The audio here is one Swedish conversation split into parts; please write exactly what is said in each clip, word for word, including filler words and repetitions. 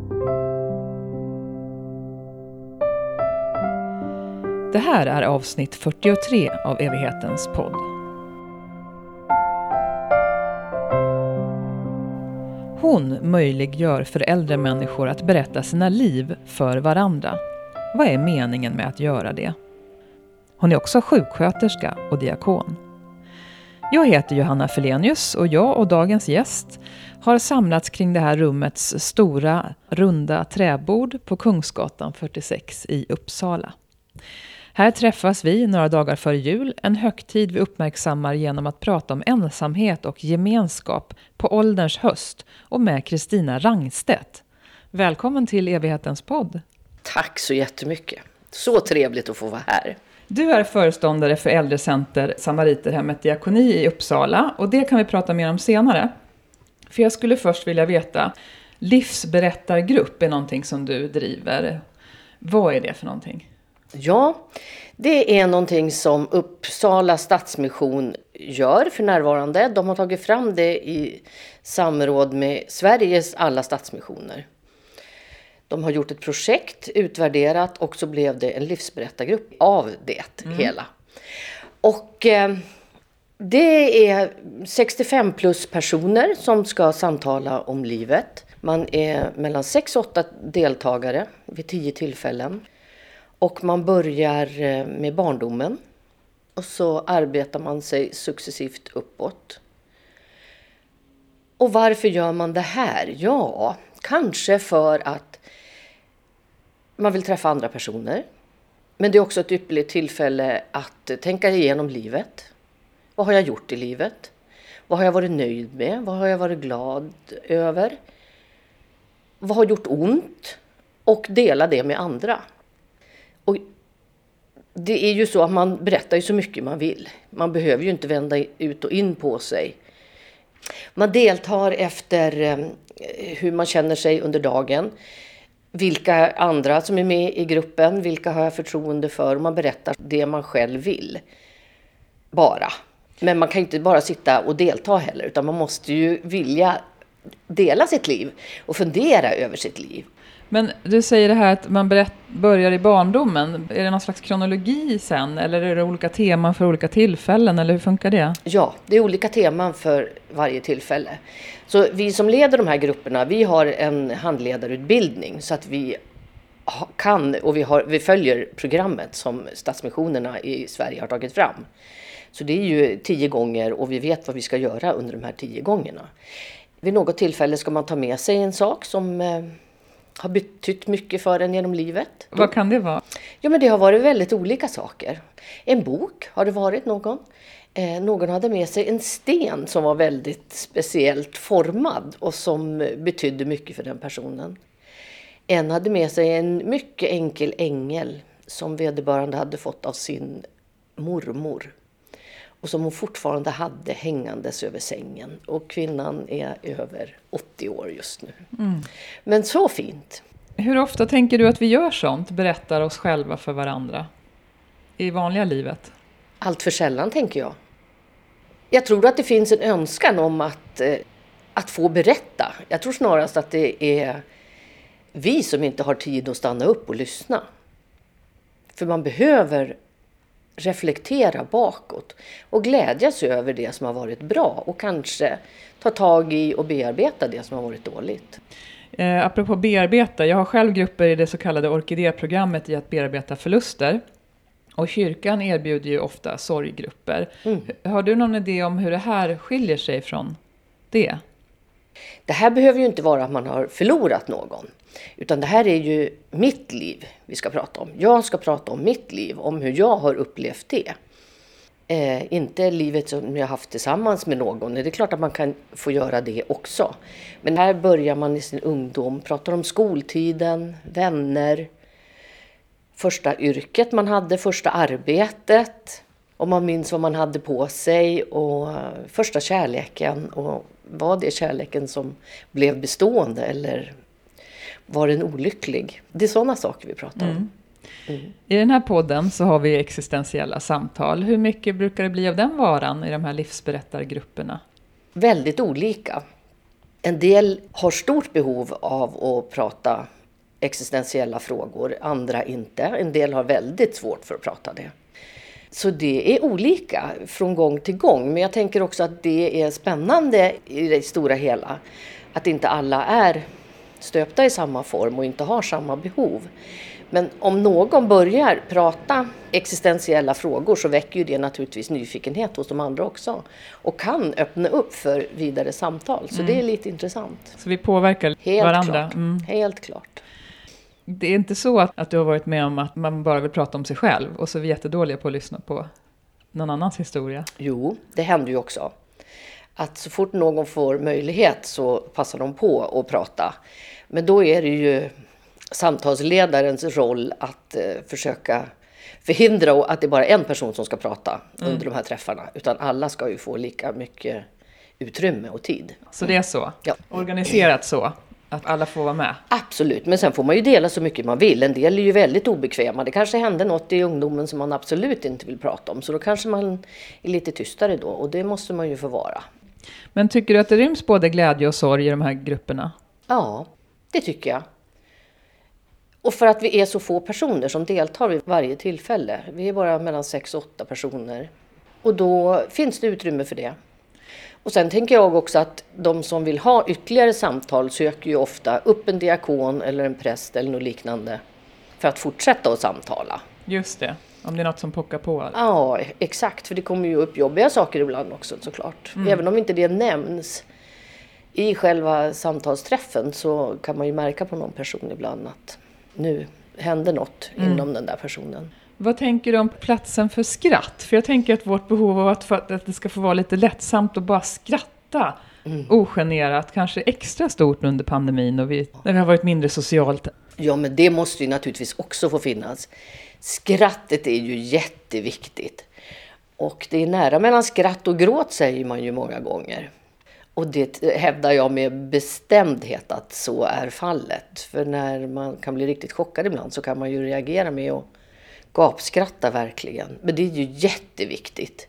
Det här är avsnitt fyrtiotre av Evighetens podd. Hon möjliggör för äldre människor att berätta sina liv för varandra. Vad är meningen med att göra det? Hon är också sjuksköterska och diakon. Jag heter Johanna Felenius och jag och dagens gäst har samlats kring det här rummets stora, runda träbord på Kungsgatan fyrtiosex i Uppsala. Här träffas vi några dagar före jul, en högtid vi uppmärksammar genom att prata om ensamhet och gemenskap på ålderns höst och med Kristina Rangstedt. Välkommen till Evighetens podd. Tack så jättemycket. Så trevligt att få vara här. Du är föreståndare för Äldrecenter Samariterhemmet Diakoni i Uppsala och det kan vi prata mer om senare. För jag skulle först vilja veta, livsberättargrupp är någonting som du driver. Vad är det för någonting? Ja, det är någonting som Uppsala Stadsmission gör för närvarande. De har tagit fram det i samråd med Sveriges alla stadsmissioner. De har gjort ett projekt, utvärderat och så blev det en livsberättargrupp av det mm. hela. Och eh, det är sextiofem plus personer som ska samtala om livet. Man är mellan sex och åtta deltagare vid tio tillfällen. Och man börjar med barndomen och så arbetar man sig successivt uppåt. Och varför gör man det här? Ja, kanske för att man vill träffa andra personer. Men det är också ett ypperligt tillfälle att tänka igenom livet. Vad har jag gjort i livet? Vad har jag varit nöjd med? Vad har jag varit glad över? Vad har gjort ont? Och dela det med andra. Och det är ju så att man berättar ju så mycket man vill. Man behöver ju inte vända ut och in på sig. Man deltar efter hur man känner sig under dagen. Vilka andra som är med i gruppen, vilka har jag förtroende för. Och man berättar det man själv vill. Bara. Men man kan inte bara sitta och delta heller. Utan man måste ju vilja dela sitt liv och fundera över sitt liv. Men du säger det här att man berätt, börjar i barndomen. Är det någon slags kronologi sen? Eller är det olika teman för olika tillfällen? Eller hur funkar det? Ja, det är olika teman för varje tillfälle. Så vi som leder de här grupperna, vi har en handledarutbildning. Så att vi kan och vi, har, vi följer programmet som Stadsmissionerna i Sverige har tagit fram. Så det är ju tio gånger och vi vet vad vi ska göra under de här tio gångerna. Vid något tillfälle ska man ta med sig en sak som har betytt mycket för en genom livet. Vad kan det vara? Ja, men det har varit väldigt olika saker. En bok har det varit någon. Eh, någon hade med sig en sten som var väldigt speciellt formad och som betydde mycket för den personen. En hade med sig en mycket enkel ängel som vederbörande hade fått av sin mormor. Och som hon fortfarande hade hängandes över sängen. Och kvinnan är över åttio år just nu. Mm. Men så fint. Hur ofta tänker du att vi gör sånt? Berättar oss själva för varandra? I vanliga livet? Allt för sällan tänker jag. Jag tror att det finns en önskan om att, att få berätta. Jag tror snarast att det är vi som inte har tid att stanna upp och lyssna. För man behöver reflektera bakåt och glädjas över det som har varit bra och kanske ta tag i och bearbeta det som har varit dåligt. Eh, apropå bearbeta, jag har själv grupper i det så kallade orkidéprogrammet i att bearbeta förluster. Och kyrkan erbjuder ju ofta sorggrupper. Mm. Har du någon idé om hur det här skiljer sig från det? Det här behöver ju inte vara att man har förlorat någon. Utan det här är ju mitt liv vi ska prata om. Jag ska prata om mitt liv, om hur jag har upplevt det. Eh, inte livet som jag har haft tillsammans med någon. Det är klart att man kan få göra det också. Men här börjar man i sin ungdom, pratar om skoltiden, vänner, första yrket man hade, första arbetet. Om man minns vad man hade på sig och första kärleken. Och var det kärleken som blev bestående eller var den olycklig? Det är sådana saker vi pratar om. Mm. Mm. I den här podden så har vi existentiella samtal. Hur mycket brukar det bli av den varan i de här livsberättargrupperna? Väldigt olika. En del har stort behov av att prata existentiella frågor, andra inte. En del har väldigt svårt för att prata det. Så det är olika från gång till gång. Men jag tänker också att det är spännande i det stora hela. Att inte alla är stöpta i samma form och inte har samma behov. Men om någon börjar prata existentiella frågor så väcker ju det naturligtvis nyfikenhet hos de andra också. Och kan öppna upp för vidare samtal. Så mm. det är lite intressant. Så vi påverkar Helt varandra. Klart. Mm. Helt klart. Det är inte så att, att du har varit med om att man bara vill prata om sig själv och så är vi jättedåliga på att lyssna på någon annans historia? Jo, det händer ju också. Att så fort någon får möjlighet så passar de på att prata. Men då är det ju samtalsledarens roll att eh, försöka förhindra att det är bara en person som ska prata mm. under de här träffarna. Utan alla ska ju få lika mycket utrymme och tid. Så det är så? Ja. Organiserat så? Att alla får vara med? Absolut, men sen får man ju dela så mycket man vill. En del är ju väldigt obekväma. Det kanske händer något i ungdomen som man absolut inte vill prata om. Så då kanske man är lite tystare då. Och det måste man ju få vara. Men tycker du att det ryms både glädje och sorg i de här grupperna? Ja, det tycker jag. Och för att vi är så få personer som deltar vid varje tillfälle. Vi är bara mellan sex och åtta personer. Och då finns det utrymme för det. Och sen tänker jag också att de som vill ha ytterligare samtal söker ju ofta upp en diakon eller en präst eller något liknande. För att fortsätta att samtala. Just det, om det är något som pockar på. Eller? Ja, exakt. För det kommer ju upp jobbiga saker ibland också såklart. Mm. Även om inte det nämns i själva samtalsträffen så kan man ju märka på någon person ibland att nu händer något mm. inom den där personen. Vad tänker du om platsen för skratt? För jag tänker att vårt behov av att, för att det ska få vara lite lättsamt och bara skratta mm. ogenerat kanske extra stort under pandemin och vi, när det har varit mindre socialt. Ja, men det måste ju naturligtvis också få finnas. Skrattet är ju jätteviktigt. Och det är nära mellan skratt och gråt säger man ju många gånger. Och det hävdar jag med bestämdhet att så är fallet. För när man kan bli riktigt chockad ibland så kan man ju reagera med att gapskratta verkligen. Men det är ju jätteviktigt.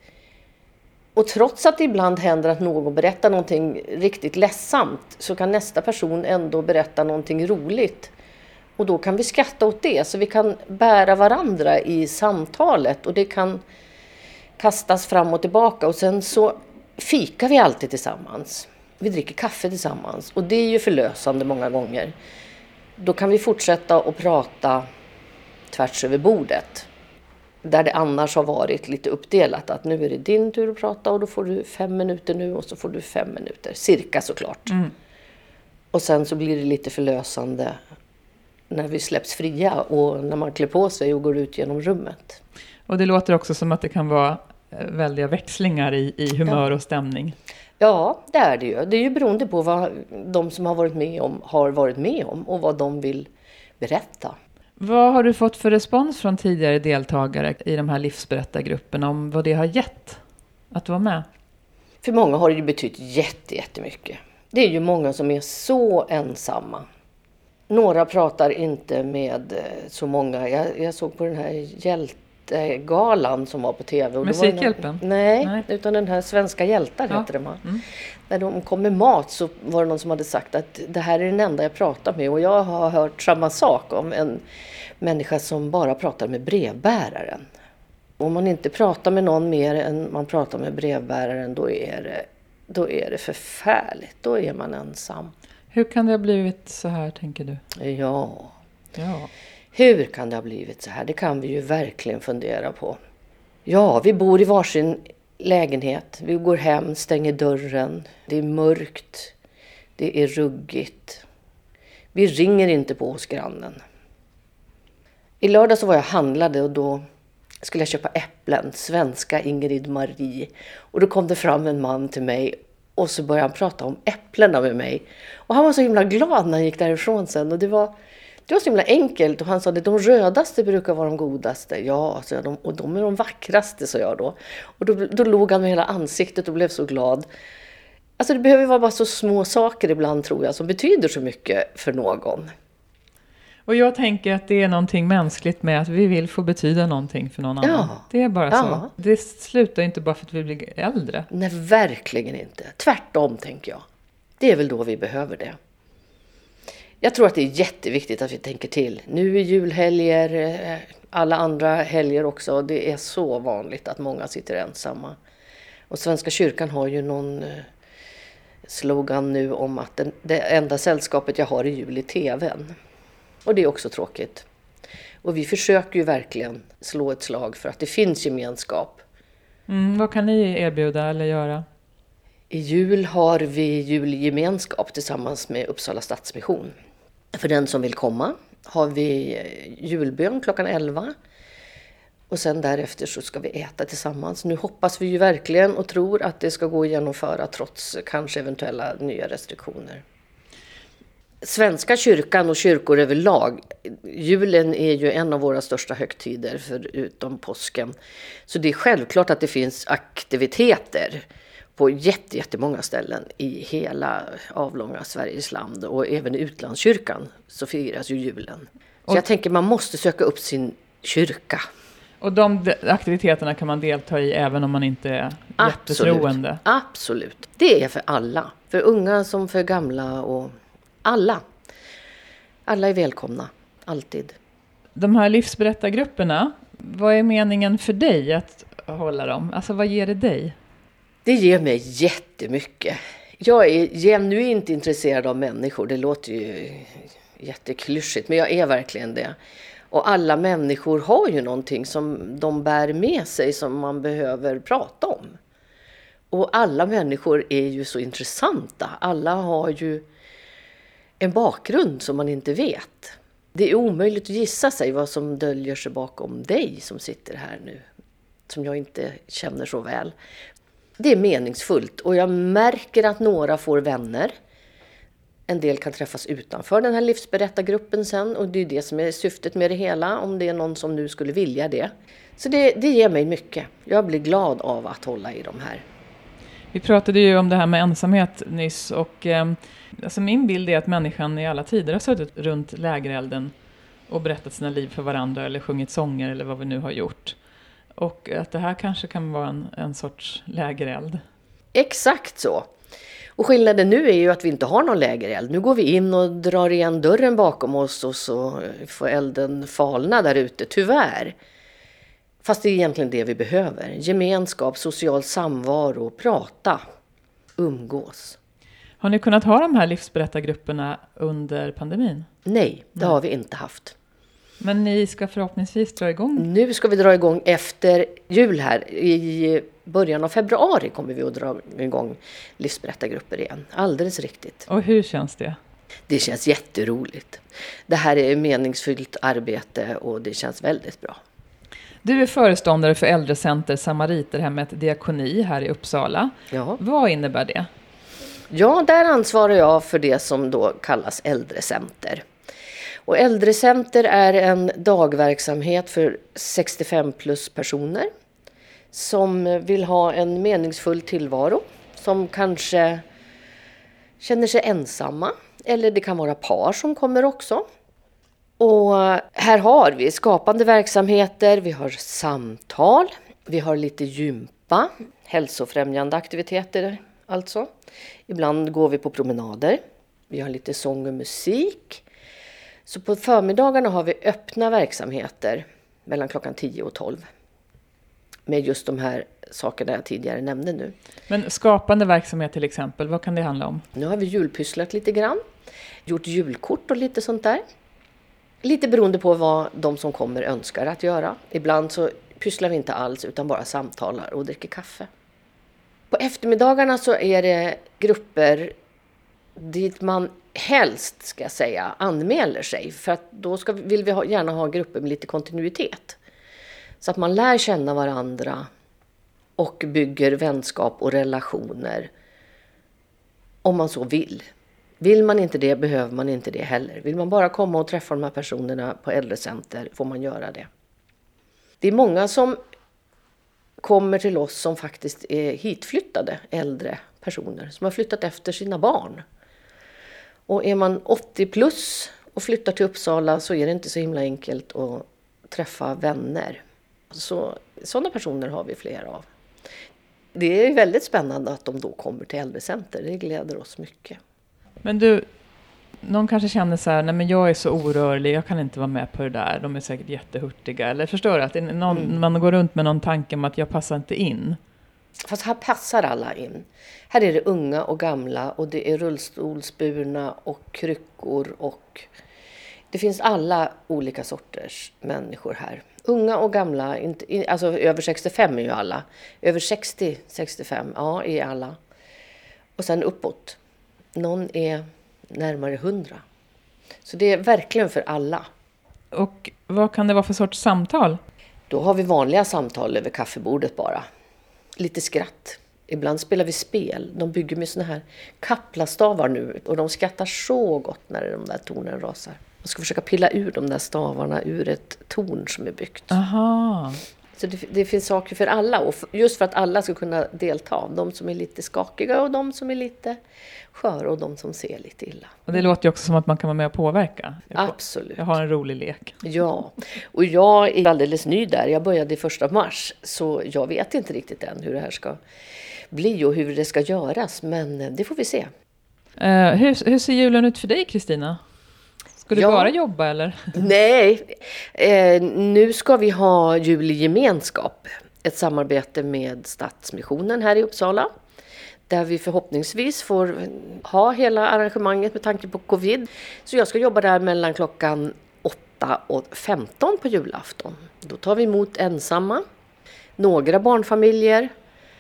Och trots att det ibland händer att någon berättar någonting riktigt ledsamt så kan nästa person ändå berätta någonting roligt. Och då kan vi skratta åt det så vi kan bära varandra i samtalet och det kan kastas fram och tillbaka och sen så fikar vi alltid tillsammans. Vi dricker kaffe tillsammans och det är ju förlösande många gånger. Då kan vi fortsätta att prata tvärs över bordet. Där det annars har varit lite uppdelat att nu är det din tur att prata och då får du fem minuter nu och så får du fem minuter. Cirka såklart. Mm. Och sen så blir det lite förlösande när vi släpps fria och när man klär på sig och går ut genom rummet. Och det låter också som att det kan vara väldiga växlingar i, i humör ja. och stämning. Ja, det är det ju. Det är ju beroende på vad de som har varit med om har varit med om och vad de vill berätta. Vad har du fått för respons från tidigare deltagare i de här livsberättargrupperna om vad det har gett att vara med? För många har det ju betytt jätte, jättemycket. Det är ju många som är så ensamma. Några pratar inte med så många. Jag, jag såg på den här hjältegalan som var på tv. Och Musikhjälpen? Någon, nej, nej, utan den här Svenska hjältar ja. heter det. Man. Mm. När de kom med mat så var det någon som hade sagt att det här är den enda jag pratar med. Och jag har hört samma sak om en människa som bara pratar med brevbäraren. Om man inte pratar med någon mer än man pratar med brevbäraren då är det, då är det förfärligt. Då är man ensam. Hur kan det ha blivit så här, tänker du? Ja. ja. Hur kan det ha blivit så här? Det kan vi ju verkligen fundera på. Ja, vi bor i varsin lägenhet. Vi går hem, stänger dörren. Det är mörkt. Det är ruggigt. Vi ringer inte på hos grannen. I lördag så var jag handlade och då skulle jag köpa äpplen. Svenska Ingrid Marie. Och då kom det fram en man till mig. Och så började han prata om äpplena med mig. Och han var så himla glad när han gick därifrån sen. Och det var, det var så himla enkelt. Och han sa att de rödaste brukar vara de godaste. Ja, så jag, och de är de vackraste, sa jag då. Och då, då låg han med hela ansiktet och blev så glad. Alltså det behöver vara bara så små saker ibland, tror jag, som betyder så mycket för någon. Och jag tänker att det är någonting mänskligt med att vi vill få betyda någonting för någon annan. Ja. Det är bara ja. så. Det slutar inte bara för att vi blir äldre. Nej, verkligen inte. Tvärtom, tänker jag. Det är väl då vi behöver det. Jag tror att det är jätteviktigt att vi tänker till. Nu är julhelger, alla andra helger också. Det är så vanligt att många sitter ensamma. Och Svenska kyrkan har ju någon slogan nu om att det enda sällskapet jag har i jul är tvn. Och det är också tråkigt. Och vi försöker ju verkligen slå ett slag för att det finns gemenskap. Mm, vad kan ni erbjuda eller göra? I jul har vi julgemenskap tillsammans med Uppsala Stadsmission. För den som vill komma har vi julbön klockan elva. Och sen därefter så ska vi äta tillsammans. Nu hoppas vi ju verkligen och tror att det ska gå att genomföra trots kanske eventuella nya restriktioner. Svenska kyrkan och kyrkor överlag, julen är ju en av våra största högtider förutom påsken. Så det är självklart att det finns aktiviteter på jätte, jättemånga ställen i hela avlånga Sveriges land. Och även i utlandskyrkan så firas ju julen. Så och jag tänker man måste söka upp sin kyrka. Och de aktiviteterna kan man delta i även om man inte är Absolut. jättetroende? Absolut. Det är för alla. För unga som för gamla och alla. Alla är välkomna. Alltid. De här livsberättargrupperna, vad är meningen för dig att hålla dem? Alltså vad ger det dig? Det ger mig jättemycket. Jag är genuint intresserad av människor. Det låter ju jätteklyschigt, men jag är verkligen det. Och alla människor har ju någonting som de bär med sig som man behöver prata om. Och alla människor är ju så intressanta. Alla har ju en bakgrund som man inte vet. Det är omöjligt att gissa sig vad som döljer sig bakom dig som sitter här nu. Som jag inte känner så väl. Det är meningsfullt och jag märker att några får vänner. En del kan träffas utanför den här livsberättargruppen sen. Och det är det som är syftet med det hela. Om det är någon som nu skulle vilja det. Så det, det ger mig mycket. Jag blir glad av att hålla i de här. Vi pratade ju om det här med ensamhet nyss. Och eh, alltså min bild är att människan i alla tider har suttit runt lägerelden. Och berättat sina liv för varandra. Eller sjungit sånger eller vad vi nu har gjort. Och att det här kanske kan vara en, en sorts lägereld. Exakt så. Och skillnaden nu är ju att vi inte har någon lägereld. Nu går vi in och drar igen dörren bakom oss och så får elden falna där ute, tyvärr. Fast det är egentligen det vi behöver. Gemenskap, social samvaro, prata, umgås. Har ni kunnat ha de här livsberättargrupperna under pandemin? Nej, det Nej. har vi inte haft. Men ni ska förhoppningsvis dra igång? Nu ska vi dra igång efter jul här. I början av februari kommer vi att dra igång livsberättargrupper igen. Alldeles riktigt. Och hur känns det? Det känns jätteroligt. Det här är meningsfyllt arbete och det känns väldigt bra. Du är föreståndare för Äldrecenter Samariterhemmet Diakoni här i Uppsala. Ja. Vad innebär det? Ja, där ansvarar jag för det som då kallas Äldrecenter. Och Äldrecenter är en dagverksamhet för sextiofem plus personer som vill ha en meningsfull tillvaro, som kanske känner sig ensamma eller det kan vara par som kommer också. Och här har vi skapande verksamheter, vi har samtal, vi har lite gympa, hälsofrämjande aktiviteter alltså. Ibland går vi på promenader, vi har lite sång och musik. Så på förmiddagarna har vi öppna verksamheter mellan klockan tio och tolv. Med just de här sakerna jag tidigare nämnde nu. Men skapande verksamhet till exempel, vad kan det handla om? Nu har vi julpysslat lite grann. Gjort julkort och lite sånt där. Lite beroende på vad de som kommer önskar att göra. Ibland så pysslar vi inte alls utan bara samtalar och dricker kaffe. På eftermiddagarna så är det grupper dit man helst, ska jag säga, anmäler sig. För att då ska, vill vi ha, gärna ha grupper med lite kontinuitet. Så att man lär känna varandra och bygger vänskap och relationer. Om man så vill. Vill man inte det behöver man inte det heller. Vill man bara komma och träffa de här personerna på Äldrecenter får man göra det. Det är många som kommer till oss som faktiskt är hitflyttade äldre personer. Som har flyttat efter sina barn. Och är man åttio plus och flyttar till Uppsala så är det inte så himla enkelt att träffa vänner. Så sådana personer har vi flera av. Det är väldigt spännande att de då kommer till Äldrecenter. Det gläder oss mycket. Men du, någon kanske känner så här, nej men jag är så orörlig, jag kan inte vara med på det där. De är säkert jättehurtiga. Eller förstår du att det är någon, mm. man går runt med någon tanke om att jag passar inte in. Fast här passar alla in. Här är det unga och gamla och det är rullstolsburna och kryckor och det finns alla olika sorters människor här. Unga och gamla, inte, alltså över sextiofem är ju alla. Över sextio, sextiofem, ja är alla. Och sen uppåt. Någon är närmare hundra. Så det är verkligen för alla. Och vad kan det vara för sorts samtal? Då har vi vanliga samtal över kaffebordet bara. Lite skratt. Ibland spelar vi spel. De bygger med såna här kaplastavar nu. Och de skrattar så gott när de där tornen rasar. Man ska försöka pilla ur de där stavarna ur ett torn som är byggt. Aha. Så det, det finns saker för alla. Och just för att alla ska kunna delta. De som är lite skakiga och de som är lite sköra och de som ser lite illa. Och det låter ju också som att man kan vara med och påverka. Jag Absolut. Jag har en rolig lek. Ja, och jag är alldeles ny där. Jag började i första mars. Så jag vet inte riktigt än hur det här ska bli och hur det ska göras. Men det får vi se. Uh, hur, hur ser julen ut för dig, Kristina? Ska du ja. bara jobba eller? Nej, eh, nu ska vi ha julgemenskap. Ett samarbete med Stadsmissionen här i Uppsala. Där vi förhoppningsvis får ha hela arrangemanget med tanke på covid. Så jag ska jobba där mellan klockan åtta och femton på julafton. Då tar vi emot ensamma, några barnfamiljer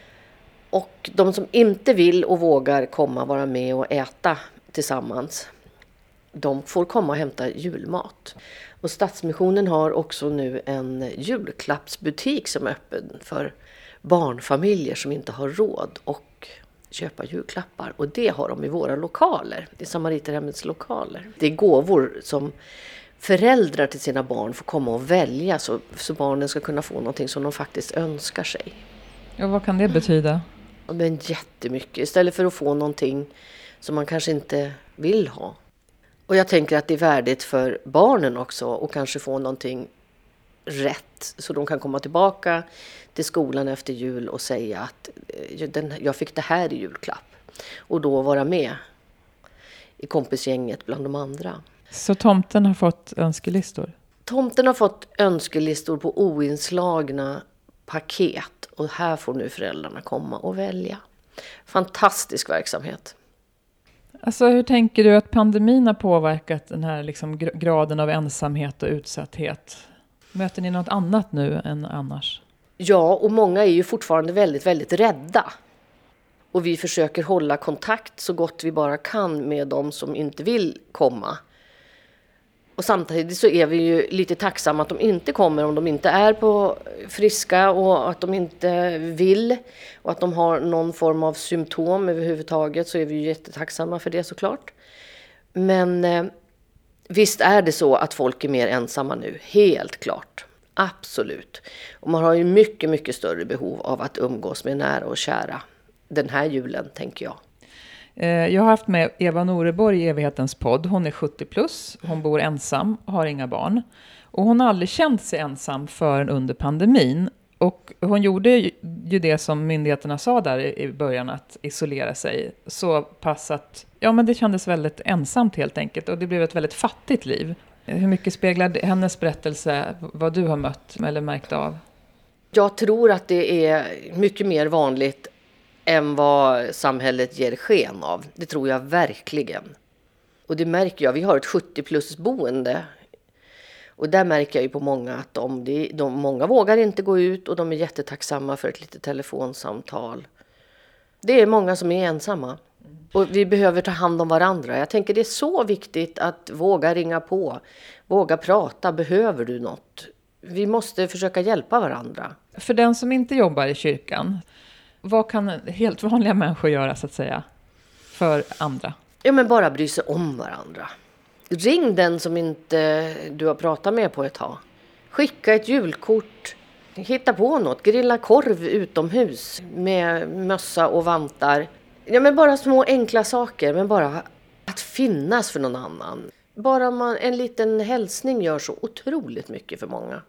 och de som inte vill och vågar komma vara med och äta tillsammans. De får komma och hämta julmat. Och Stadsmissionen har också nu en julklappsbutik som är öppen för barnfamiljer som inte har råd och köpa julklappar. Och det har de i våra lokaler, i Samariterhemmets lokaler. Det är gåvor som föräldrar till sina barn får komma och välja så, så barnen ska kunna få någonting som de faktiskt önskar sig. Och vad kan det betyda? Men jättemycket. Istället för att få någonting som man kanske inte vill ha. Och jag tänker att det är värdigt för barnen också och kanske få någonting rätt. Så de kan komma tillbaka till skolan efter jul och säga att jag fick det här i julklapp. Och då vara med i kompisgänget bland de andra. Så tomten har fått önskelistor? Tomten har fått önskelistor på oinslagna paket. Och här får nu föräldrarna komma och välja. Fantastisk verksamhet. Alltså hur tänker du att pandemin har påverkat den här liksom graden av ensamhet och utsatthet? Möter ni något annat nu än annars? Ja, och många är ju fortfarande väldigt, väldigt rädda. Och vi försöker hålla kontakt så gott vi bara kan med de som inte vill komma. Och samtidigt så är vi ju lite tacksamma att de inte kommer om de inte är på friska och att de inte vill. Och att de har någon form av symptom överhuvudtaget så är vi ju jättetacksamma för det såklart. Men eh, visst är det så att folk är mer ensamma nu, helt klart. Absolut. Och man har ju mycket, mycket större behov av att umgås med nära och kära den här julen, tänker jag. Jag har haft med Eva Noreborg i Evighetens podd. Hon är sjuttio plus, hon bor ensam, har inga barn. Och hon har aldrig känt sig ensam förrän under pandemin. Och hon gjorde ju det som myndigheterna sa där i början, att isolera sig. Så pass att, ja men det kändes väldigt ensamt helt enkelt. Och det blev ett väldigt fattigt liv. Hur mycket speglar hennes berättelse vad du har mött eller märkt av? Jag tror att det är mycket mer vanligt än vad samhället ger sken av. Det tror jag verkligen. Och det märker jag. Vi har ett sjuttio plus boende. Och där märker jag ju på många att de, de, de, många vågar inte gå ut och de är jättetacksamma för ett litet telefonsamtal. Det är många som är ensamma. Och vi behöver ta hand om varandra. Jag tänker det är så viktigt att våga ringa på. Våga prata. Behöver du något? Vi måste försöka hjälpa varandra. För den som inte jobbar i kyrkan, vad kan helt vanliga människor göra så att säga för andra? Ja, men bara bry sig om varandra. Ring den som inte du har pratat med på ett tag. Skicka ett julkort. Hitta på något. Grilla korv utomhus med mössa och vantar. Ja, men bara små enkla saker. Men bara att finnas för någon annan. Bara man, en liten hälsning gör så otroligt mycket för många.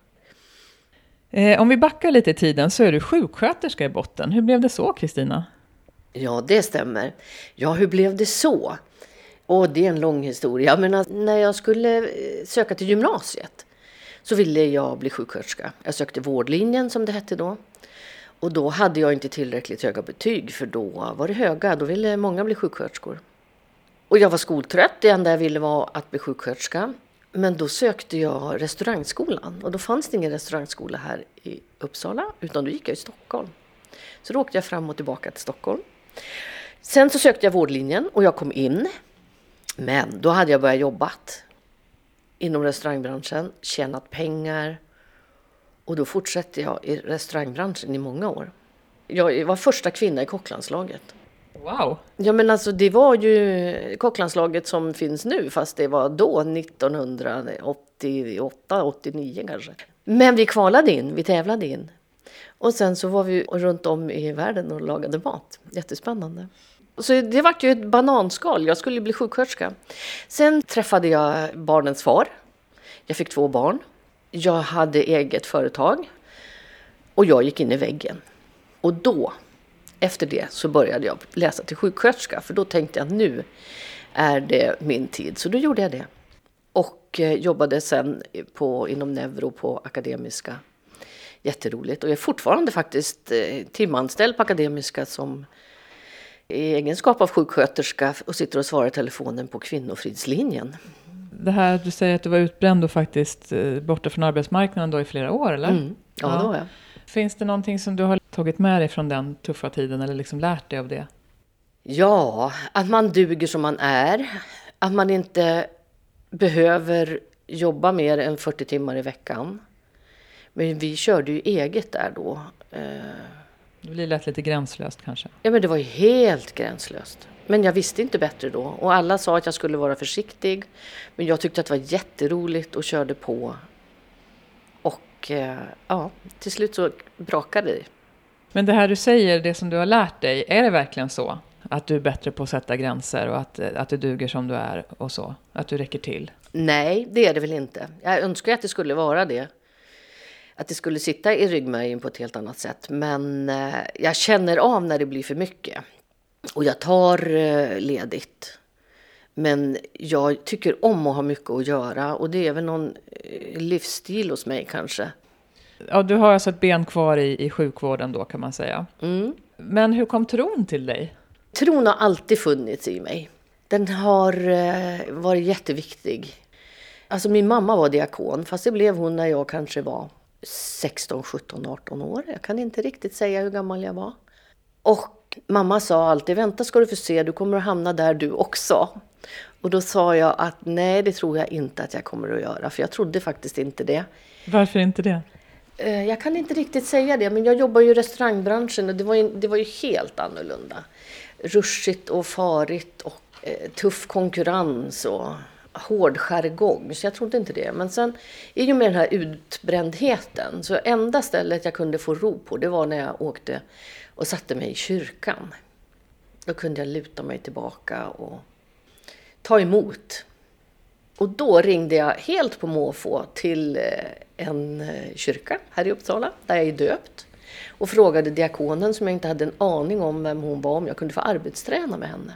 Eh, om vi backar lite i tiden så är du sjuksköterska i botten. Hur blev det så, Kristina? Ja, det stämmer. Ja, hur blev det så? Och det är en lång historia. Men att när jag skulle söka till gymnasiet så ville jag bli sjuksköterska. Jag sökte vårdlinjen som det hette då. Och då hade jag inte tillräckligt höga betyg, för då var det höga. Då ville många bli sjuksköterskor. Och jag var skoltrött. Det enda jag ville var att bli sjuksköterska. Men då sökte jag restaurangskolan. Och då fanns det ingen restaurangskola här i Uppsala, utan då gick jag i Stockholm. Så då åkte jag fram och tillbaka till Stockholm. Sen så sökte jag vårdlinjen och jag kom in. Men då hade jag börjat jobbat inom restaurangbranschen, tjänat pengar. Och då fortsatte jag i restaurangbranschen i många år. Jag var första kvinna i kocklandslaget. Wow! Ja, men alltså det var ju kocklandslaget som finns nu, fast det var då nittonhundraåttioåtta åttionio kanske. Men vi kvalade in, vi tävlade in. Och sen så var vi runt om i världen och lagade mat. Jättespännande. Så det var ju ett bananskal. Jag skulle bli sjuksköterska. Sen träffade jag barnens far. Jag fick två barn. Jag hade eget företag. Och jag gick in i väggen. Och då, efter det, så började jag läsa till sjuksköterska. För då tänkte jag att nu är det min tid. Så då gjorde jag det. Och jobbade sen på, inom neuro på Akademiska. Jätteroligt. Och jag är fortfarande faktiskt timanställd på Akademiska som i egenskap av sjuksköterska och sitter och svarar i telefonen på Kvinnofridslinjen. Det här, du säger att du var utbränd och faktiskt borta från arbetsmarknaden då i flera år, eller? Mm. Ja, ja, då var jag. Finns det någonting som du har tagit med dig från den tuffa tiden eller liksom lärt dig av det? Ja, att man duger som man är. Att man inte behöver jobba mer än fyrtio timmar i veckan. Men vi körde ju eget där då. Det blir lätt lite gränslöst kanske. Ja, men det var ju helt gränslöst. Men jag visste inte bättre då. Och alla sa att jag skulle vara försiktig. Men jag tyckte att det var jätteroligt och körde på. Och ja, till slut så brakade det. Men det här du säger, det som du har lärt dig, är det verkligen så? Att du är bättre på att sätta gränser och att, att du duger som du är och så? Att du räcker till? Nej, det är det väl inte. Jag önskar att det skulle vara det. Att det skulle sitta i ryggmärgen på ett helt annat sätt. Men eh, jag känner av när det blir för mycket. Och jag tar eh, ledigt. Men jag tycker om att ha mycket att göra. Och det är väl någon eh, livsstil hos mig kanske. Ja, du har alltså ett ben kvar i, i sjukvården då kan man säga. Mm. Men hur kom tron till dig? Tron har alltid funnits i mig. Den har eh, varit jätteviktig. Alltså min mamma var diakon. Fast det blev hon när jag kanske var sexton, sjutton, arton år. Jag kan inte riktigt säga hur gammal jag var. Och mamma sa alltid, vänta ska du få se, du kommer att hamna där du också. Och då sa jag att nej, det tror jag inte att jag kommer att göra. För jag trodde faktiskt inte det. Varför inte det? Jag kan inte riktigt säga det, men jag jobbar ju i restaurangbranschen och det var ju, det var ju helt annorlunda. Ruschigt och farigt och eh, tuff konkurrens och hård jargong, så jag trodde inte det. Men sen, i och med den här utbrändheten, så enda stället jag kunde få ro på, det var när jag åkte och satte mig i kyrkan. Då kunde jag luta mig tillbaka och ta emot. Och då ringde jag helt på måfå till en kyrka här i Uppsala, där jag är döpt. Och frågade diakonen, som jag inte hade en aning om vem hon var, om jag kunde få arbetsträna med henne.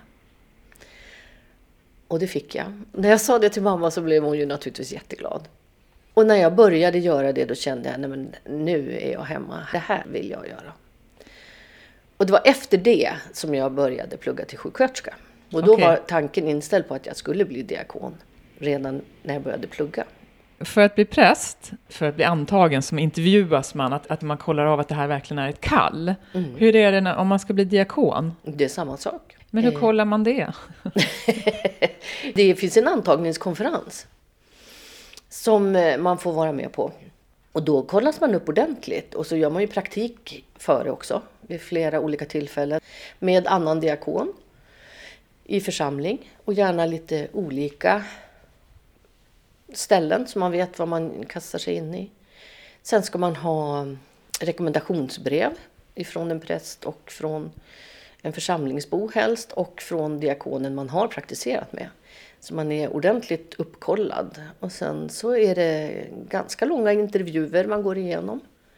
Och det fick jag. När jag sa det till mamma så blev hon ju naturligtvis jätteglad. Och när jag började göra det, då kände jag, nej men nu är jag hemma. Det här vill jag göra. Och det var efter det som jag började plugga till sjuksköterska. Och då okay. var tanken inställd på att jag skulle bli diakon redan när jag började plugga. För att bli präst, för att bli antagen, som intervjuas man, att, att man kollar av att det här verkligen är ett kall. Mm. Hur är det när, om man ska bli diakon? Det är samma sak. Men hur kollar man det? Det finns en antagningskonferens som man får vara med på. Och då kollas man upp ordentligt. Och så gör man ju praktik före också, vid flera olika tillfällen. Med annan diakon i församling. Och gärna lite olika ställen så man vet vad man kastar sig in i. Sen ska man ha rekommendationsbrev ifrån en präst och från en församlingsbo helst och från diakonen man har praktiserat med. Så man är ordentligt uppkollad. Och sen så är det ganska långa intervjuer man går igenom.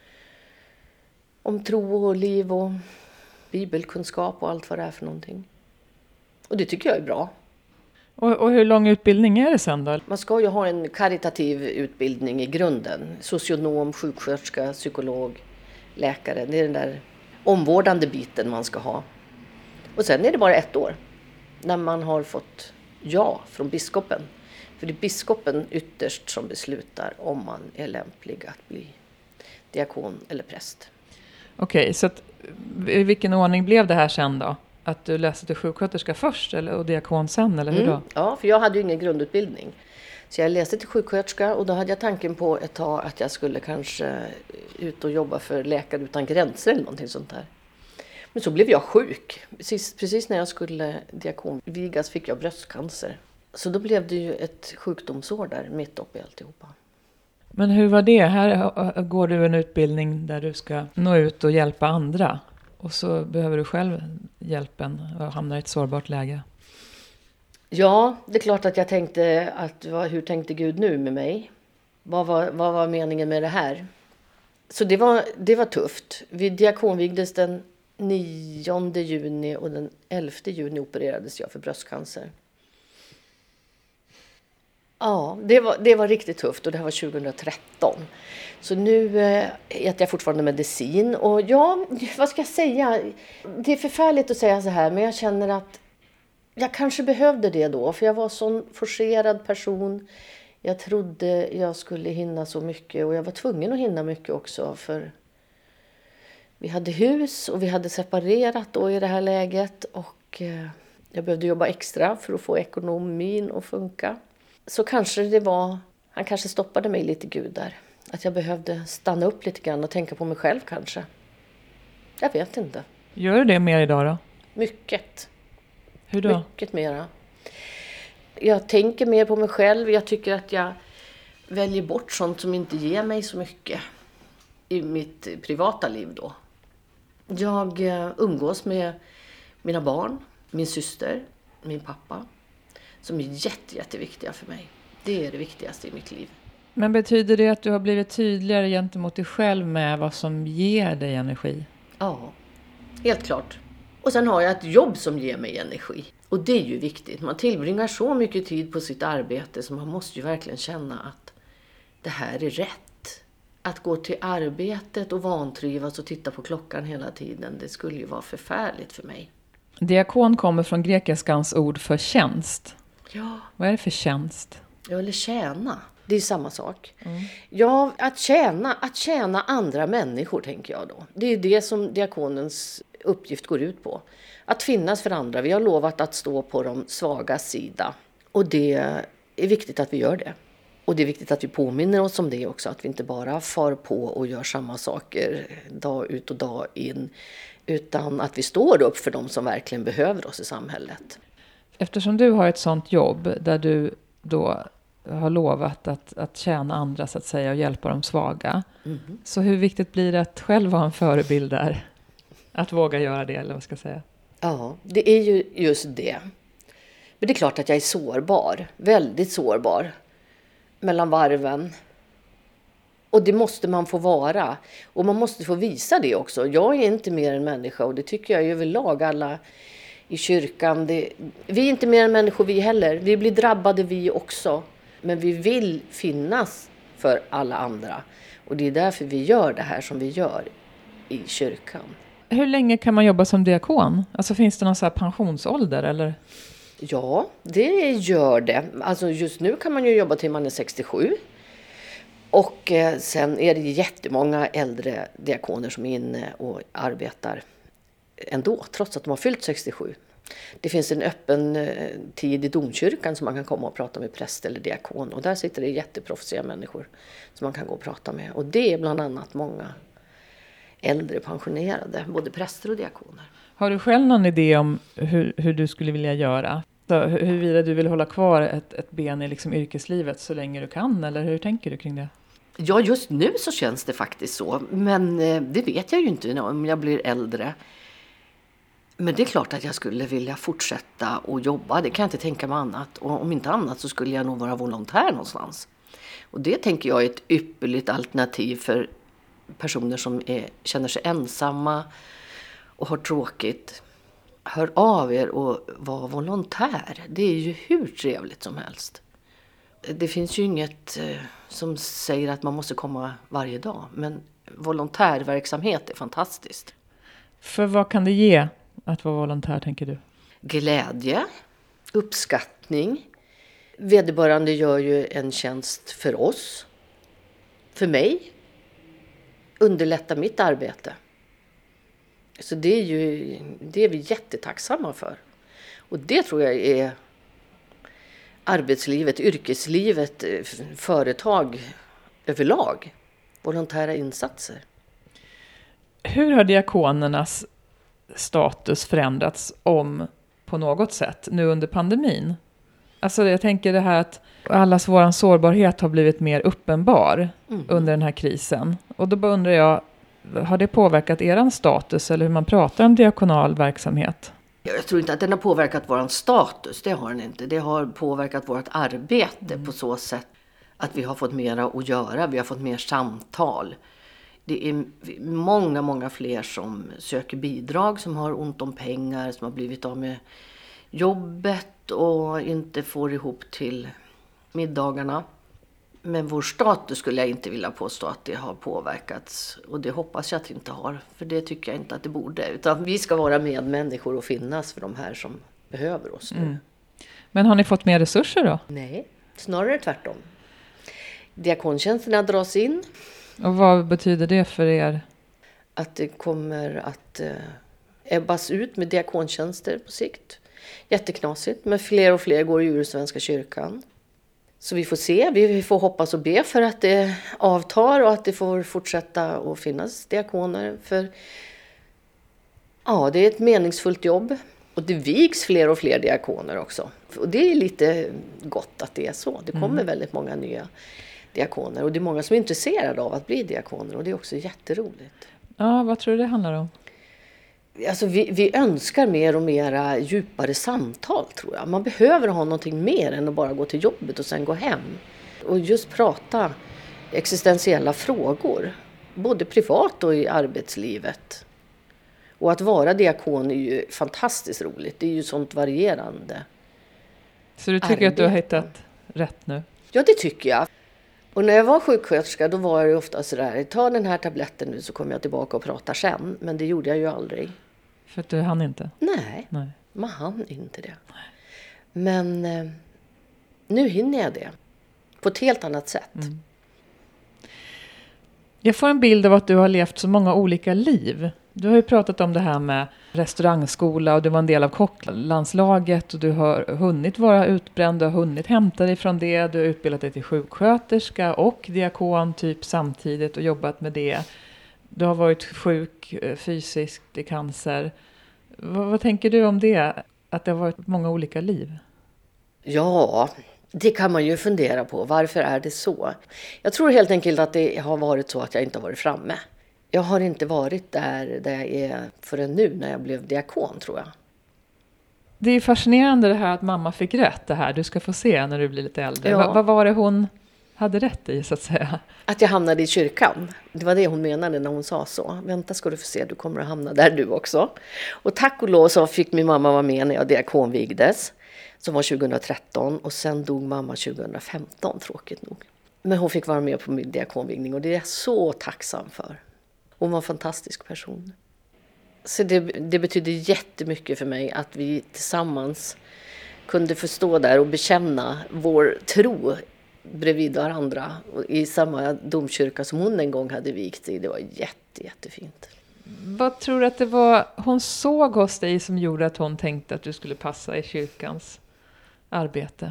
Om tro och liv och bibelkunskap och allt vad det är för någonting. Och det tycker jag är bra. Och, och hur lång utbildning är det sen då? Man ska ju ha en karitativ utbildning i grunden. Socionom, sjuksköterska, psykolog, läkare. Det är den där omvårdande biten man ska ha. Och sen är det bara ett år när man har fått ja från biskopen. För det är biskopen ytterst som beslutar om man är lämplig att bli diakon eller präst. Okej, så att, i vilken ordning blev det här sen då? Att du läste till sjuksköterska först eller, och diakon sen, eller hur då? Mm, ja, för jag hade ju ingen grundutbildning. Så jag läste till sjuksköterska och då hade jag tanken på ett tag att jag skulle kanske ut och jobba för Läkare utan gränser eller någonting sånt där. Men så blev jag sjuk. Precis, precis när jag skulle diakonvigas fick jag bröstcancer. Så då blev det ju ett sjukdomsår där mitt uppe i alltihopa. Men hur var det? Här går du en utbildning där du ska nå ut och hjälpa andra. Och så behöver du själv hjälpen och hamnar i ett sårbart läge. Ja, det är klart att jag tänkte att hur tänkte Gud nu med mig? Vad var, vad var meningen med det här? Så det var, det var tufft. Vi diakonvigdes den nionde juni och den elfte juni opererades jag för bröstcancer. Ja, det var, det var riktigt tufft och det här var tjugohundratretton. Så nu äh, äter jag fortfarande medicin och ja, vad ska jag säga? Det är förfärligt att säga så här, men jag känner att jag kanske behövde det då. För jag var en sån forcerad person. Jag trodde jag skulle hinna så mycket och jag var tvungen att hinna mycket också. För vi hade hus och vi hade separerat då i det här läget och äh, jag behövde jobba extra för att få ekonomin att funka. Så kanske det var, han kanske stoppade mig lite Gud där. Att jag behövde stanna upp lite grann och tänka på mig själv kanske. Jag vet inte. Gör du det mer idag då? Mycket. Hur då? Mycket mera. Jag tänker mer på mig själv. Jag tycker att jag väljer bort sånt som inte ger mig så mycket i mitt privata liv då. Jag umgås med mina barn, min syster, min pappa. Som är jätte, jätteviktiga för mig. Det är det viktigaste i mitt liv. Men betyder det att du har blivit tydligare gentemot dig själv med vad som ger dig energi? Ja, helt klart. Och sen har jag ett jobb som ger mig energi. Och det är ju viktigt. Man tillbringar så mycket tid på sitt arbete så man måste ju verkligen känna att det här är rätt. Att gå till arbetet och vantrivas och titta på klockan hela tiden, det skulle ju vara förfärligt för mig. Diakon kommer från grekiskans ord för tjänst. Ja. Vad är det för tjänst? Ja, eller tjäna. Det är samma sak. Mm. Ja, att tjäna, att tjäna andra människor tänker jag då. Det är det som diakonens uppgift går ut på. Att finnas för andra. Vi har lovat att stå på de svaga sida. Och det är viktigt att vi gör det. Och det är viktigt att vi påminner oss om det också. Att vi inte bara far på och gör samma saker dag ut och dag in. Utan att vi står upp för de som verkligen behöver oss i samhället. Eftersom du har ett sånt jobb där du då har lovat att, att tjäna andra så att säga och hjälpa de svaga. Mm. Så hur viktigt blir det att själv vara en förebild där? Att våga göra det eller vad ska jag säga? Ja, det är ju just det. Men det är klart att jag är sårbar. Väldigt sårbar. Mellan varven. Och det måste man få vara. Och man måste få visa det också. Jag är inte mer än människa och det tycker jag överlag alla i kyrkan. Det, vi är inte mer än människor vi heller. Vi blir drabbade vi också. Men vi vill finnas för alla andra. Och det är därför vi gör det här som vi gör i kyrkan. Hur länge kan man jobba som diakon? Alltså finns det någon så här pensionsålder eller? Ja, det gör det. Alltså just nu kan man ju jobba till man är sextiosju. Och eh, sen är det jättemånga äldre diakoner som är inne och arbetar ändå, trots att de har fyllt sextiosju. Det finns en öppen eh, tid i domkyrkan som man kan komma och prata med präst eller diakon. Och där sitter det jätteproffsiga människor som man kan gå och prata med. Och det är bland annat många äldre pensionerade, både präster och diakoner. Har du själv någon idé om hur, hur du skulle vilja göra? Så huruvida du vill hålla kvar ett, ett ben i liksom yrkeslivet så länge du kan? Eller hur tänker du kring det? Ja, just nu så känns det faktiskt så. Men eh, det vet jag ju inte om jag blir äldre. Men det är klart att jag skulle vilja fortsätta att jobba. Det kan jag inte tänka mig annat. Och om inte annat så skulle jag nog vara volontär någonstans. Och det tänker jag är ett ypperligt alternativ för personer som är, känner sig ensamma och har tråkigt. hör av er och var volontär. Det är ju hur trevligt som helst. Det finns ju inget eh, som säger att man måste komma varje dag. Men volontärverksamhet är fantastiskt. För vad kan det ge att vara volontär, tänker du? Glädje, uppskattning. Vederbörande gör ju en tjänst för oss, för mig. Underlättar mitt arbete. Så det är ju det är vi jättetacksamma för. Och det tror jag är arbetslivet, yrkeslivet, företag överlag. Volontära insatser. Hur har diakonernas status förändrats om på något sätt nu under pandemin? Alltså jag tänker det här att allas våran sårbarhet har blivit mer uppenbar mm. under den här krisen. Och då bara undrar jag, har det påverkat eran status eller hur man pratar om diakonal verksamhet? Jag tror inte att den har påverkat våran status, det har den inte. Det har påverkat vårt arbete mm. på så sätt att vi har fått mera att göra, vi har fått mer samtal. Det är många, många fler som söker bidrag, som har ont om pengar, som har blivit av med jobbet och inte får ihop till middagarna. Men vår status skulle jag inte vilja påstå att det har påverkats. Och det hoppas jag att det inte har. För det tycker jag inte att det borde. Utan vi ska vara medmänniskor och finnas för de här som behöver oss nu. Mm. Men har ni fått mer resurser då? Nej, snarare tvärtom. Diakontjänsterna dras in. Och vad betyder det för er? Att det kommer att eh, ebbas ut med diakontjänster på sikt. Jätteknasigt, men fler och fler går ur Svenska kyrkan. Så vi får se, vi får hoppas och be för att det avtar och att det får fortsätta att finnas diakoner. För ja, det är ett meningsfullt jobb. Och det vigs fler och fler diakoner också. Och det är lite gott att det är så. Det kommer mm. väldigt många nya diakoner. Och det är många som är intresserade av att bli diakoner. Och det är också jätteroligt. Ja, vad tror du det handlar om? Alltså vi, vi önskar mer och mera djupare samtal, tror jag. Man behöver ha någonting mer än att bara gå till jobbet och sen gå hem. Och just prata existentiella frågor. Både privat och i arbetslivet. Och att vara diakon är ju fantastiskt roligt. Det är ju sånt varierande. Så du tycker arbete. Att du har hittat rätt nu? Ja, det tycker jag. Och när jag var sjuksköterska då var det ofta sådär, ta den här tabletten nu så kommer jag tillbaka och pratar sen. Men det gjorde jag ju aldrig. För att du hann inte? Nej, Nej. man hann inte det. Nej. Men eh, nu hinner jag det. På ett helt annat sätt. Mm. Jag får en bild av att du har levt så många olika liv. Du har ju pratat om det här med restaurangskola och du var en del av kocklandslaget och du har hunnit vara utbränd, du har hunnit hämta dig från det, du har utbildat dig till sjuksköterska och diakon typ samtidigt och jobbat med det. Du har varit sjuk fysiskt i cancer. Vad, vad tänker du om det, att det har varit många olika liv? Ja, det kan man ju fundera på. Varför är det så? Jag tror helt enkelt att det har varit så att jag inte har varit framme. Jag har inte varit där, där jag är förrän nu när jag blev diakon, tror jag. Det är fascinerande det här att mamma fick rätt det här. Du ska få se när du blir lite äldre. Ja. Va, vad var det hon hade rätt i, så att säga? Att jag hamnade i kyrkan. Det var det hon menade när hon sa så. Vänta ska du få se, du kommer att hamna där du också. Och tack och lov så fick min mamma vara med när jag diakonvigdes. Som var tjugohundratretton och sen dog mamma tjugohundrafemton, tråkigt nog. Men hon fick vara med på min diakonvigning och det är jag så tacksam för. Hon var en fantastisk person. Så det, det betyder jättemycket för mig att vi tillsammans kunde förstå där och bekänna vår tro bredvid varandra i samma domkyrka som hon en gång hade vigt i. Det var jätte, jättefint. Vad tror du att det var hon såg hos dig som gjorde att hon tänkte att du skulle passa i kyrkans arbete?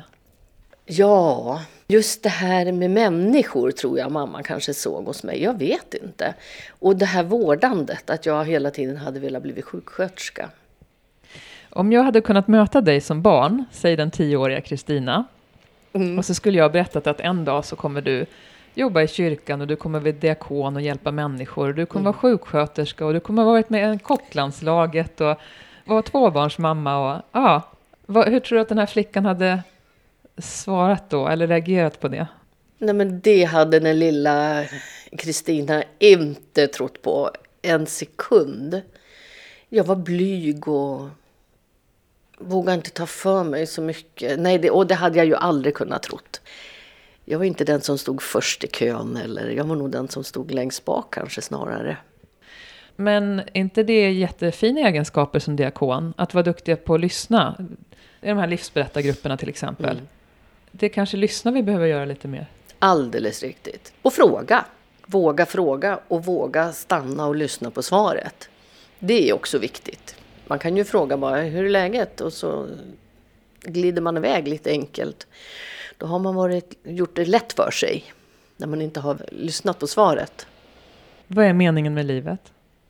Ja, just det här med människor tror jag mamma kanske såg hos mig. Jag vet inte. Och det här vårdandet, att jag hela tiden hade velat bli sjuksköterska. Om jag hade kunnat möta dig som barn, säg den tioåriga Kristina, mm. och så skulle jag ha berättat att en dag så kommer du jobba i kyrkan och du kommer bli diakon och hjälpa människor. Du kommer mm. vara sjuksköterska och du kommer ha varit med i kocklandslaget och vara tvåbarnsmamma. Och, ja, vad, hur tror du att den här flickan hade svarat då eller reagerat på det? Nej, men det hade den lilla Kristina inte trott på en sekund. Jag var blyg och vågade inte ta för mig så mycket. Nej, det, och det hade jag ju aldrig kunnat trott. Jag var inte den som stod först i kön, eller jag var nog den som stod längst bak kanske snarare. Men inte det jättefina egenskaper som diakon? Att vara duktiga på att lyssna. I de här livsberättargrupperna till exempel. Mm. Det är kanske lyssna vi behöver göra lite mer. Alldeles riktigt. Och fråga. Våga fråga och våga stanna och lyssna på svaret. Det är också viktigt. Man kan ju fråga bara, hur är läget? Och så glider man iväg lite enkelt. Då har man varit, gjort det lätt för sig. När man inte har lyssnat på svaret. Vad är meningen med livet?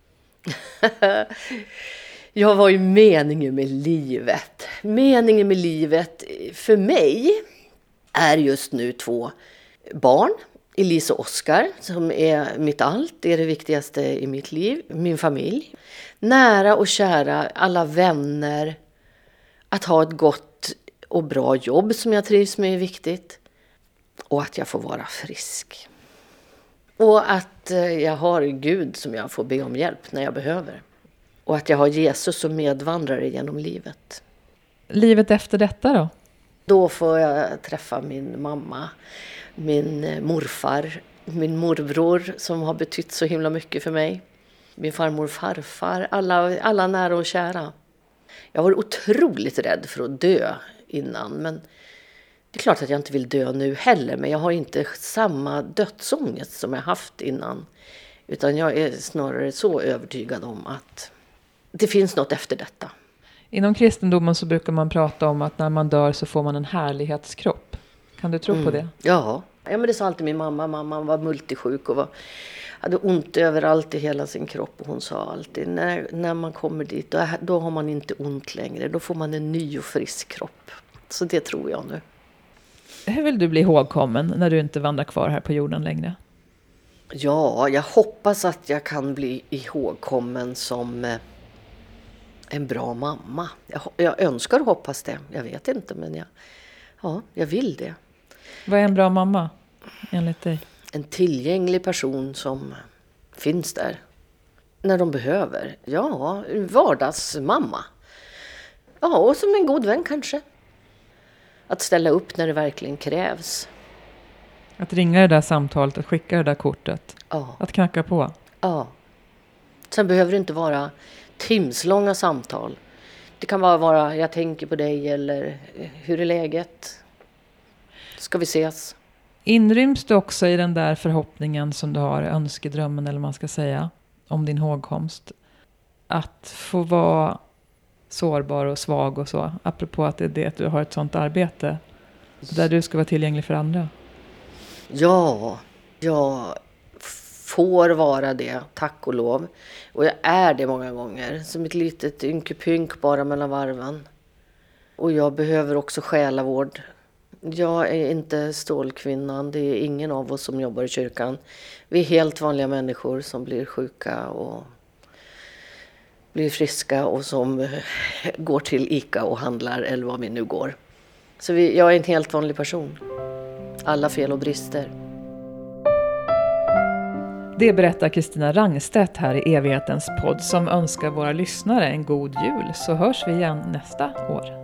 Jag var ju meningen med livet. Meningen med livet för mig är just nu två barn. Elise och Oskar som är mitt allt. Det är det viktigaste i mitt liv. Min familj. Nära och kära, alla vänner. Att ha ett gott och bra jobb som jag trivs med är viktigt. Och att jag får vara frisk. Och att jag har Gud som jag får be om hjälp när jag behöver. Och att jag har Jesus som medvandrare genom livet. Livet efter detta då? Då får jag träffa min mamma, min morfar, min morbror som har betytt så himla mycket för mig. Min farmor och farfar, alla, alla nära och kära. Jag var otroligt rädd för att dö innan, men det är klart att jag inte vill dö nu heller, men jag har inte samma dödsångest som jag haft innan. Utan jag är snarare så övertygad om att det finns något efter detta. Inom kristendomen så brukar man prata om att när man dör så får man en härlighetskropp. Kan du tro mm. på det? Ja. ja, men det sa alltid min mamma. Mamma var multisjuk och var, hade ont överallt i hela sin kropp. Och hon sa alltid, när, när man kommer dit, då, då har man inte ont längre. Då får man en ny och frisk kropp. Så det tror jag nu. Hur vill du bli ihågkommen när du inte vandrar kvar här på jorden längre? Ja, jag hoppas att jag kan bli ihågkommen som en bra mamma. Jag, jag önskar och hoppas det. Jag vet inte, men jag, ja, jag vill det. Vad är en bra mamma enligt dig? En tillgänglig person som finns där när de behöver. Ja, en vardagsmamma. Ja, och som en god vän kanske. Att ställa upp när det verkligen krävs. Att ringa det där samtalet, att skicka det där kortet. Ja. Att knacka på. Ja. Sen behöver det inte vara timslånga samtal. Det kan bara vara, jag tänker på dig, eller hur är läget? Ska vi ses? Inryms du också i den där förhoppningen som du har, önskedrömmen eller man ska säga, om din hågkomst? Att få vara sårbar och svag och så. Apropå att det är det att du har ett sånt arbete där du ska vara tillgänglig för andra. Ja, jag får vara det, tack och lov. Och jag är det många gånger. Som ett litet ynkepynk bara mellan varven. Och jag behöver också själavård. Jag är inte stålkvinnan. Det är ingen av oss som jobbar i kyrkan. Vi är helt vanliga människor som blir sjuka och blir friska och som går till Ica och handlar eller vad vi nu går. Så vi, jag är en helt vanlig person. Alla fel och brister. Det berättar Kristina Rangstedt här i Evighetens podd som önskar våra lyssnare en god jul, så hörs vi igen nästa år.